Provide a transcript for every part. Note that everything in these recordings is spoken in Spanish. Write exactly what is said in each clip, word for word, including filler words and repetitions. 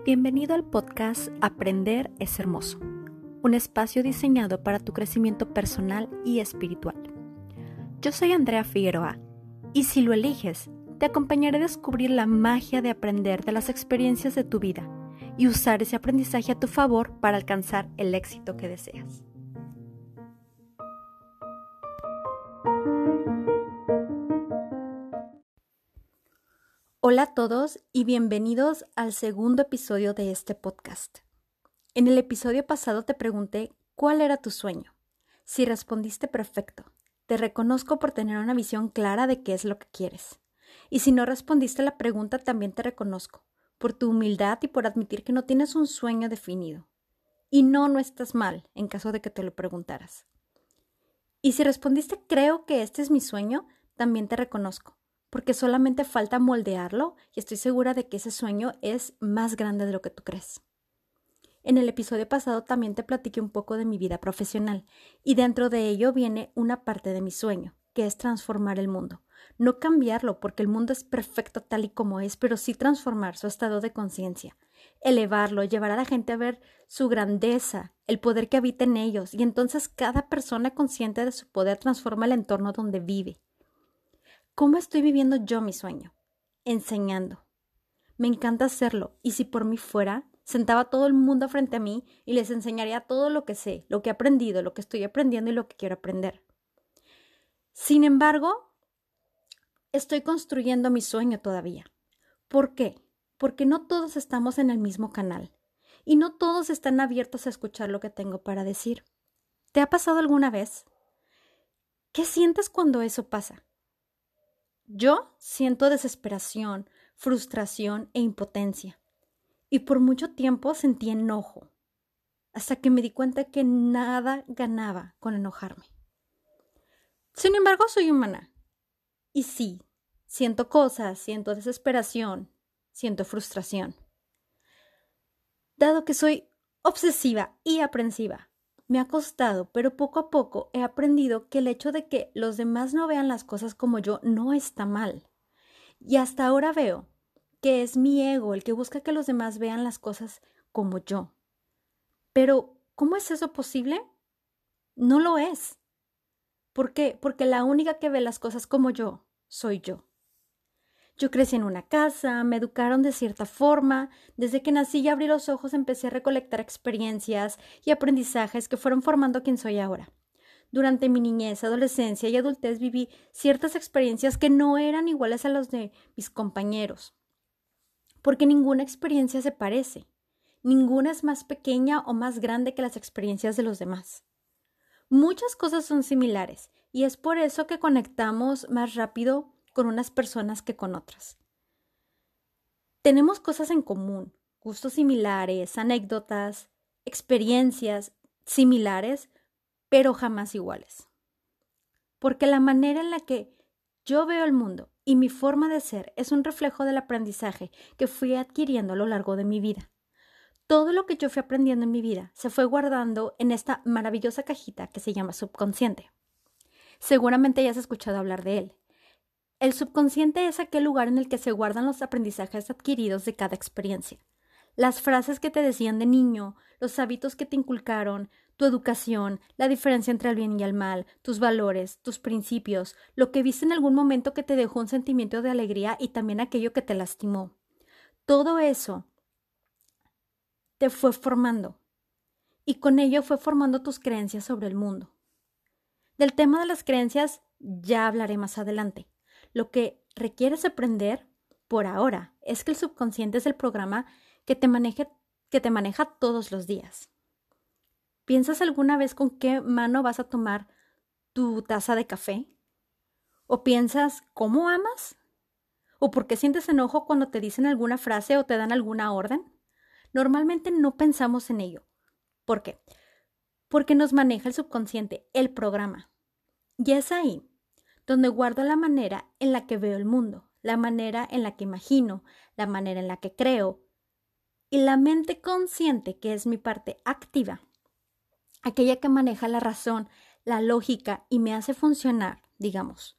Bienvenido al podcast Aprender es Hermoso, un espacio diseñado para tu crecimiento personal y espiritual. Yo soy Andrea Figueroa y si lo eliges, te acompañaré a descubrir la magia de aprender de las experiencias de tu vida y usar ese aprendizaje a tu favor para alcanzar el éxito que deseas. Hola a todos y bienvenidos al segundo episodio de este podcast. En el episodio pasado te pregunté cuál era tu sueño. Si respondiste perfecto, te reconozco por tener una visión clara de qué es lo que quieres. Y si no respondiste la pregunta, también te reconozco por tu humildad y por admitir que no tienes un sueño definido. Y no, no estás mal en caso de que te lo preguntaras. Y si respondiste creo que este es mi sueño, también te reconozco, porque solamente falta moldearlo y estoy segura de que ese sueño es más grande de lo que tú crees. En el episodio pasado también te platiqué un poco de mi vida profesional y dentro de ello viene una parte de mi sueño, que es transformar el mundo. No cambiarlo porque el mundo es perfecto tal y como es, pero sí transformar su estado de conciencia, elevarlo, llevar a la gente a ver su grandeza, el poder que habita en ellos y entonces cada persona consciente de su poder transforma el entorno donde vive. ¿Cómo estoy viviendo yo mi sueño? Enseñando. Me encanta hacerlo y si por mí fuera, sentaba a todo el mundo frente a mí y les enseñaría todo lo que sé, lo que he aprendido, lo que estoy aprendiendo y lo que quiero aprender. Sin embargo, estoy construyendo mi sueño todavía. ¿Por qué? Porque no todos estamos en el mismo canal y no todos están abiertos a escuchar lo que tengo para decir. ¿Te ha pasado alguna vez? ¿Qué sientes cuando eso pasa? Yo siento desesperación, frustración e impotencia. Y por mucho tiempo sentí enojo, hasta que me di cuenta que nada ganaba con enojarme. Sin embargo, soy humana. Y sí, siento cosas, siento desesperación, siento frustración. Dado que soy obsesiva y aprensiva, me ha costado, pero poco a poco he aprendido que el hecho de que los demás no vean las cosas como yo no está mal. Y hasta ahora veo que es mi ego el que busca que los demás vean las cosas como yo. Pero, ¿cómo es eso posible? No lo es. ¿Por qué? Porque la única que ve las cosas como yo soy yo. Yo crecí en una casa, me educaron de cierta forma, desde que nací y abrí los ojos empecé a recolectar experiencias y aprendizajes que fueron formando quien soy ahora. Durante mi niñez, adolescencia y adultez viví ciertas experiencias que no eran iguales a las de mis compañeros, porque ninguna experiencia se parece, ninguna es más pequeña o más grande que las experiencias de los demás. Muchas cosas son similares y es por eso que conectamos más rápido con unas personas que con otras. Tenemos cosas en común, gustos similares, anécdotas, experiencias similares, pero jamás iguales. Porque la manera en la que yo veo el mundo y mi forma de ser es un reflejo del aprendizaje que fui adquiriendo a lo largo de mi vida. Todo lo que yo fui aprendiendo en mi vida se fue guardando en esta maravillosa cajita que se llama subconsciente. Seguramente ya has escuchado hablar de él. El subconsciente es aquel lugar en el que se guardan los aprendizajes adquiridos de cada experiencia. Las frases que te decían de niño, los hábitos que te inculcaron, tu educación, la diferencia entre el bien y el mal, tus valores, tus principios, lo que viste en algún momento que te dejó un sentimiento de alegría y también aquello que te lastimó. Todo eso te fue formando y con ello fue formando tus creencias sobre el mundo. Del tema de las creencias ya hablaré más adelante. Lo que requieres aprender por ahora es que el subconsciente es el programa que te maneje, que te maneja todos los días. ¿Piensas alguna vez con qué mano vas a tomar tu taza de café? ¿O piensas cómo amas? ¿O por qué sientes enojo cuando te dicen alguna frase o te dan alguna orden? Normalmente no pensamos en ello. ¿Por qué? Porque nos maneja el subconsciente, el programa. Y es ahí donde guardo la manera en la que veo el mundo, la manera en la que imagino, la manera en la que creo. Y la mente consciente, que es mi parte activa, aquella que maneja la razón, la lógica y me hace funcionar, digamos,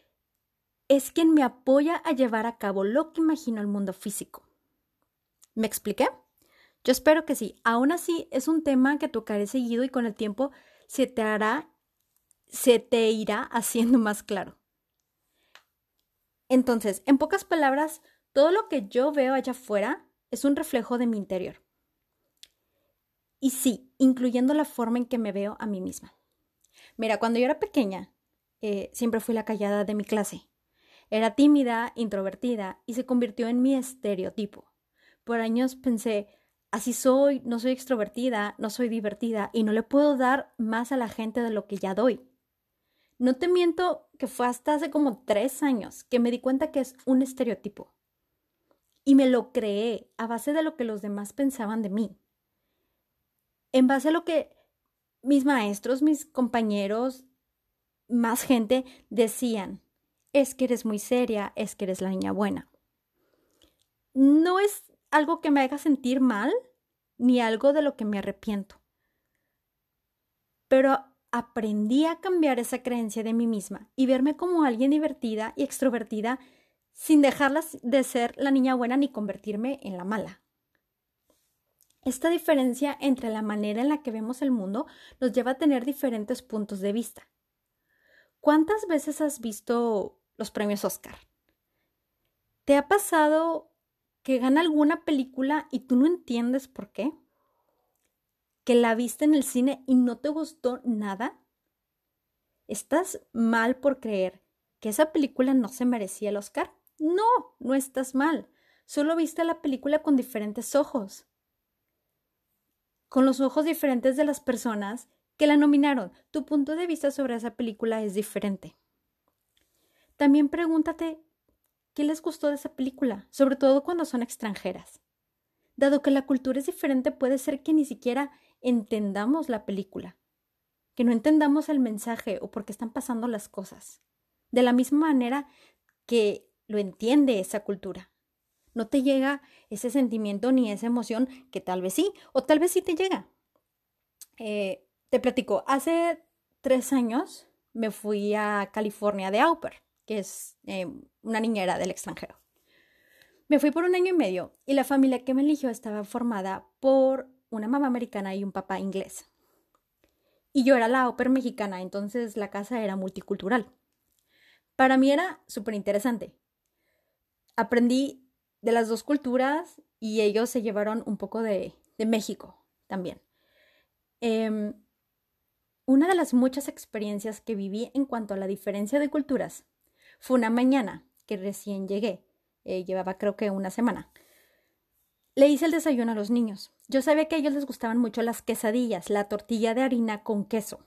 es quien me apoya a llevar a cabo lo que imagino el mundo físico. ¿Me expliqué? Yo espero que sí. Aún así, es un tema que tocaré seguido y con el tiempo se te hará, se te irá haciendo más claro. Entonces, en pocas palabras, todo lo que yo veo allá afuera es un reflejo de mi interior. Y sí, incluyendo la forma en que me veo a mí misma. Mira, cuando yo era pequeña, eh, siempre fui la callada de mi clase. Era tímida, introvertida y se convirtió en mi estereotipo. Por años pensé, así soy, no soy extrovertida, no soy divertida y no le puedo dar más a la gente de lo que ya doy. No te miento que fue hasta hace como tres años que me di cuenta que es un estereotipo. Y me lo creé a base de lo que los demás pensaban de mí. En base a lo que mis maestros, mis compañeros, más gente decían. Es que eres muy seria, es que eres la niña buena. No es algo que me haga sentir mal, ni algo de lo que me arrepiento. Pero aprendí a cambiar esa creencia de mí misma y verme como alguien divertida y extrovertida sin dejarla de ser la niña buena ni convertirme en la mala. Esta diferencia entre la manera en la que vemos el mundo nos lleva a tener diferentes puntos de vista. ¿Cuántas veces has visto los premios Oscar? ¿Te ha pasado que gana alguna película y tú no entiendes por qué? ¿Que la viste en el cine y no te gustó nada? ¿Estás mal por creer que esa película no se merecía el Oscar? No, no estás mal. Solo viste la película con diferentes ojos. Con los ojos diferentes de las personas que la nominaron. Tu punto de vista sobre esa película es diferente. También pregúntate qué les gustó de esa película, sobre todo cuando son extranjeras. Dado que la cultura es diferente, puede ser que ni siquiera entendamos la película, que no entendamos el mensaje o por qué están pasando las cosas. De la misma manera que lo entiende esa cultura. No te llega ese sentimiento ni esa emoción que tal vez sí, o tal vez sí te llega. Eh, te platico, hace tres años me fui a California de au pair, que es eh, una niñera del extranjero. Me fui por un año y medio y la familia que me eligió estaba formada por una mamá americana y un papá inglés. Y yo era la au pair mexicana, entonces la casa era multicultural. Para mí era súper interesante. Aprendí de las dos culturas y ellos se llevaron un poco de, de México también. Eh, una de las muchas experiencias que viví en cuanto a la diferencia de culturas fue una mañana que recién llegué. Eh, llevaba creo que una semana. Le hice el desayuno a los niños. Yo sabía que a ellos les gustaban mucho las quesadillas, la tortilla de harina con queso.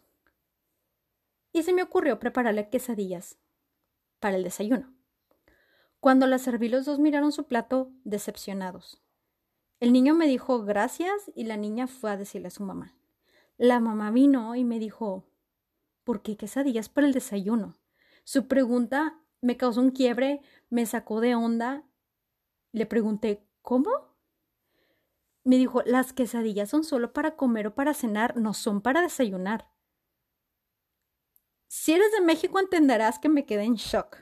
Y se me ocurrió prepararle quesadillas para el desayuno. Cuando las serví, los dos miraron su plato decepcionados. El niño me dijo gracias y la niña fue a decirle a su mamá. La mamá vino y me dijo, ¿por qué quesadillas para el desayuno? Su pregunta me causó un quiebre, me sacó de onda. Le pregunté, ¿cómo? Me dijo, las quesadillas son solo para comer o para cenar, no son para desayunar. Si eres de México entenderás que me quedé en shock.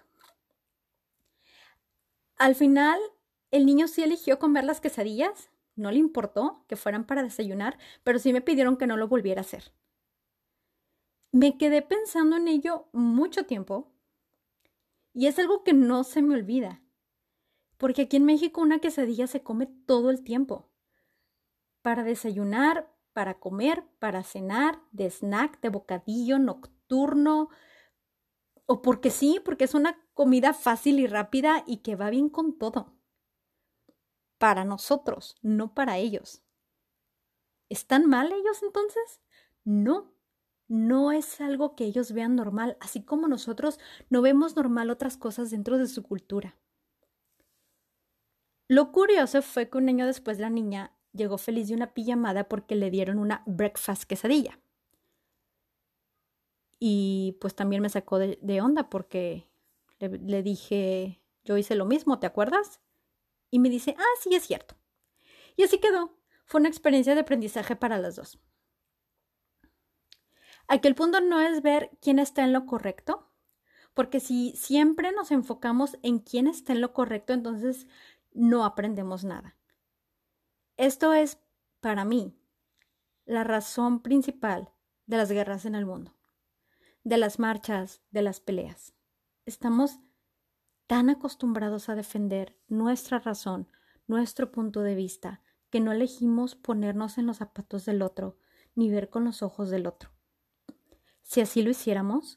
Al final, el niño sí eligió comer las quesadillas, no le importó que fueran para desayunar, pero sí me pidieron que no lo volviera a hacer. Me quedé pensando en ello mucho tiempo y es algo que no se me olvida, porque aquí en México una quesadilla se come todo el tiempo. Para desayunar, para comer, para cenar, de snack, de bocadillo, nocturno, o porque sí, porque es una comida fácil y rápida y que va bien con todo. Para nosotros, no para ellos. ¿Están mal ellos entonces? No, no es algo que ellos vean normal, así como nosotros no vemos normal otras cosas dentro de su cultura. Lo curioso fue que un año después la niña llegó feliz de una pijamada porque le dieron una breakfast quesadilla. Y pues también me sacó de, de onda porque le, le dije, yo hice lo mismo, ¿te acuerdas? Y me dice, ah, sí, es cierto. Y así quedó. Fue una experiencia de aprendizaje para las dos. Aquí el punto no es ver quién está en lo correcto, porque si siempre nos enfocamos en quién está en lo correcto, entonces no aprendemos nada. Esto es para mí, la razón principal de las guerras en el mundo, de las marchas, de las peleas. Estamos tan acostumbrados a defender nuestra razón, nuestro punto de vista, que no elegimos ponernos en los zapatos del otro, ni ver con los ojos del otro. Si así lo hiciéramos,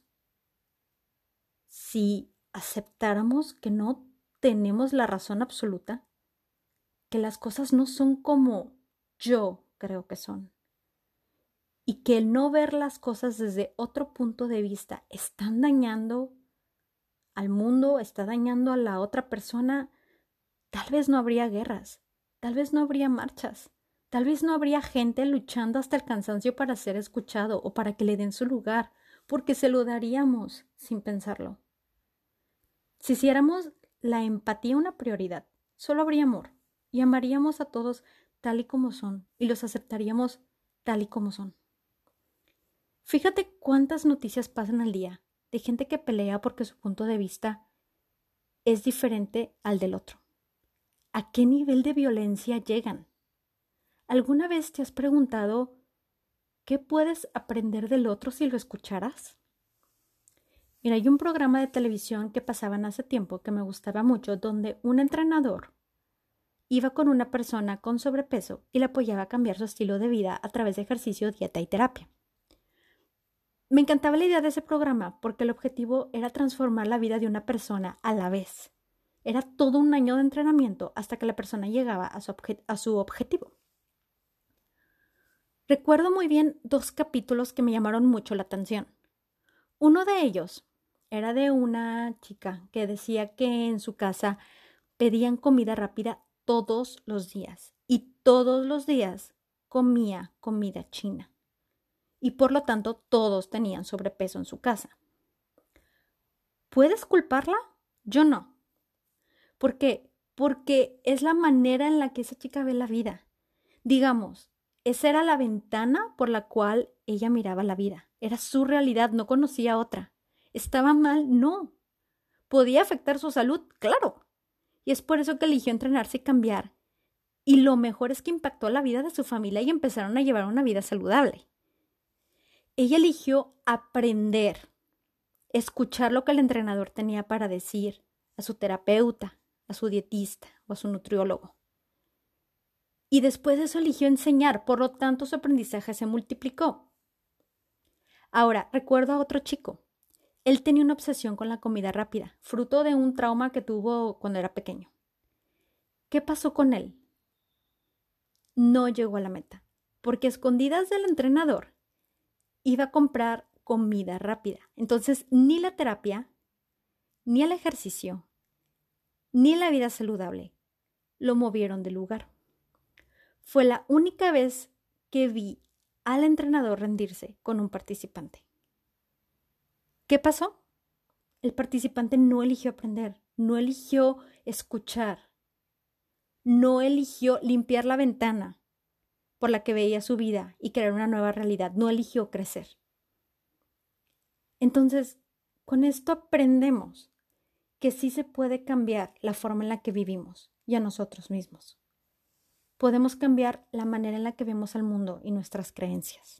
si aceptáramos que no tenemos la razón absoluta, que las cosas no son como yo creo que son, y que el no ver las cosas desde otro punto de vista están dañando al mundo, está dañando a la otra persona, tal vez no habría guerras, tal vez no habría marchas, tal vez no habría gente luchando hasta el cansancio para ser escuchado o para que le den su lugar, porque se lo daríamos sin pensarlo. Si hiciéramos la empatía una prioridad, solo habría amor y amaríamos a todos tal y como son y los aceptaríamos tal y como son. Fíjate cuántas noticias pasan al día de gente que pelea porque su punto de vista es diferente al del otro. ¿A qué nivel de violencia llegan? ¿Alguna vez te has preguntado qué puedes aprender del otro si lo escucharas? Mira, hay un programa de televisión que pasaban hace tiempo que me gustaba mucho, donde un entrenador iba con una persona con sobrepeso y le apoyaba a cambiar su estilo de vida a través de ejercicio, dieta y terapia. Me encantaba la idea de ese programa porque el objetivo era transformar la vida de una persona a la vez. Era todo un año de entrenamiento hasta que la persona llegaba a su, obje- a su objetivo. Recuerdo muy bien dos capítulos que me llamaron mucho la atención. Uno de ellos era de una chica que decía que en su casa pedían comida rápida todos los días y todos los días comía comida china. Y por lo tanto todos tenían sobrepeso en su casa. ¿Puedes culparla? Yo no. ¿Por qué? Porque es la manera en la que esa chica ve la vida. Digamos, esa era la ventana por la cual ella miraba la vida. Era su realidad, no conocía otra. ¿Estaba mal? No. ¿Podía afectar su salud? Claro. Y es por eso que eligió entrenarse y cambiar. Y lo mejor es que impactó la vida de su familia y empezaron a llevar una vida saludable. Ella eligió aprender, escuchar lo que el entrenador tenía para decir a su terapeuta, a su dietista o a su nutriólogo. Y después de eso eligió enseñar, por lo tanto su aprendizaje se multiplicó. Ahora, recuerdo a otro chico. Él tenía una obsesión con la comida rápida, fruto de un trauma que tuvo cuando era pequeño. ¿Qué pasó con él? No llegó a la meta, porque a escondidas del entrenador iba a comprar comida rápida. Entonces, ni la terapia, ni el ejercicio, ni la vida saludable lo movieron del lugar. Fue la única vez que vi al entrenador rendirse con un participante. ¿Qué pasó? El participante no eligió aprender, no eligió escuchar, no eligió limpiar la ventana por la que veía su vida y crear una nueva realidad, no eligió crecer. Entonces, con esto aprendemos que sí se puede cambiar la forma en la que vivimos y a nosotros mismos. Podemos cambiar la manera en la que vemos al mundo y nuestras creencias.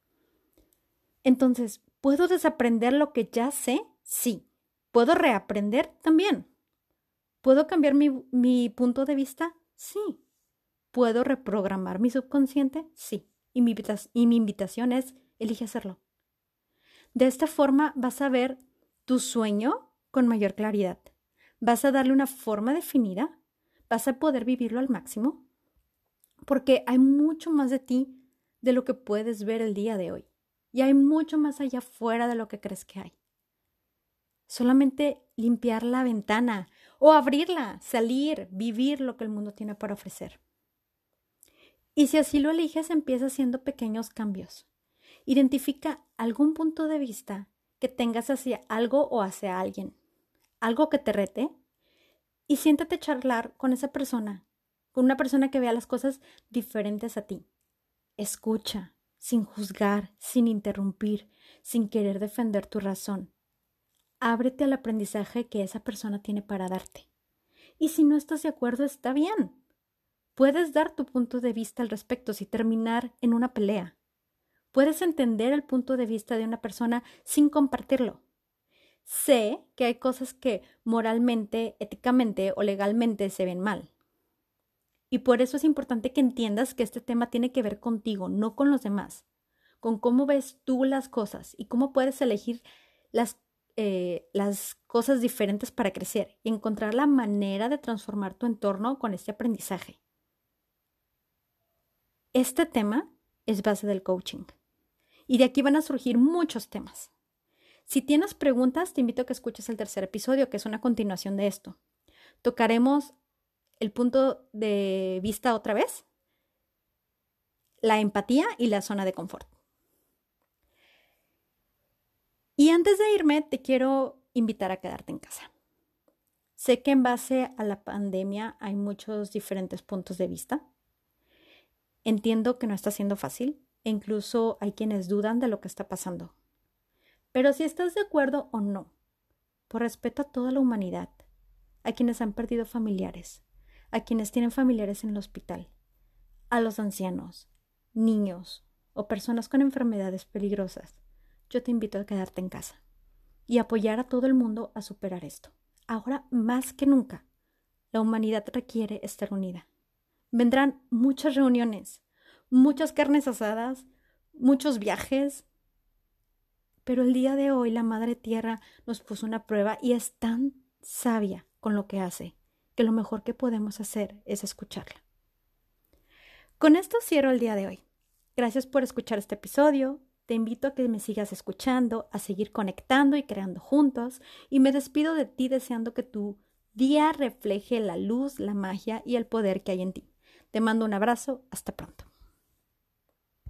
Entonces, ¿puedo desaprender lo que ya sé? Sí. ¿Puedo reaprender? También. ¿Puedo cambiar mi, mi punto de vista? Sí. ¿Puedo reprogramar mi subconsciente? Sí. Y mi, y mi invitación es, elige hacerlo. De esta forma vas a ver tu sueño con mayor claridad. Vas a darle una forma definida. Vas a poder vivirlo al máximo. Porque hay mucho más de ti de lo que puedes ver el día de hoy. Y hay mucho más allá afuera de lo que crees que hay. Solamente limpiar la ventana o abrirla, salir, vivir lo que el mundo tiene para ofrecer. Y si así lo eliges, empieza haciendo pequeños cambios. Identifica algún punto de vista que tengas hacia algo o hacia alguien. Algo que te rete y siéntate a charlar con esa persona, con una persona que vea las cosas diferentes a ti. Escucha, sin juzgar, sin interrumpir, sin querer defender tu razón. Ábrete al aprendizaje que esa persona tiene para darte. Y si no estás de acuerdo, está bien. Puedes dar tu punto de vista al respecto sin terminar en una pelea. Puedes entender el punto de vista de una persona sin compartirlo. Sé que hay cosas que moralmente, éticamente o legalmente se ven mal. Y por eso es importante que entiendas que este tema tiene que ver contigo, no con los demás, con cómo ves tú las cosas y cómo puedes elegir las, eh, las cosas diferentes para crecer y encontrar la manera de transformar tu entorno con este aprendizaje. Este tema es base del coaching y de aquí van a surgir muchos temas. Si tienes preguntas, te invito a que escuches el tercer episodio, que es una continuación de esto. Tocaremos el punto de vista otra vez, la empatía y la zona de confort. Y antes de irme, te quiero invitar a quedarte en casa. Sé que en base a la pandemia hay muchos diferentes puntos de vista. Entiendo que no está siendo fácil e incluso hay quienes dudan de lo que está pasando. Pero si estás de acuerdo o no, por respeto a toda la humanidad, a quienes han perdido familiares, a quienes tienen familiares en el hospital, a los ancianos, niños o personas con enfermedades peligrosas, yo te invito a quedarte en casa y apoyar a todo el mundo a superar esto. Ahora más que nunca, la humanidad requiere estar unida. Vendrán muchas reuniones, muchas carnes asadas, muchos viajes, pero el día de hoy la Madre Tierra nos puso una prueba y es tan sabia con lo que hace que lo mejor que podemos hacer es escucharla. Con esto cierro el día de hoy. Gracias por escuchar este episodio. Te invito a que me sigas escuchando, a seguir conectando y creando juntos. Y me despido de ti deseando que tu día refleje la luz, la magia y el poder que hay en ti. Te mando un abrazo. Hasta pronto.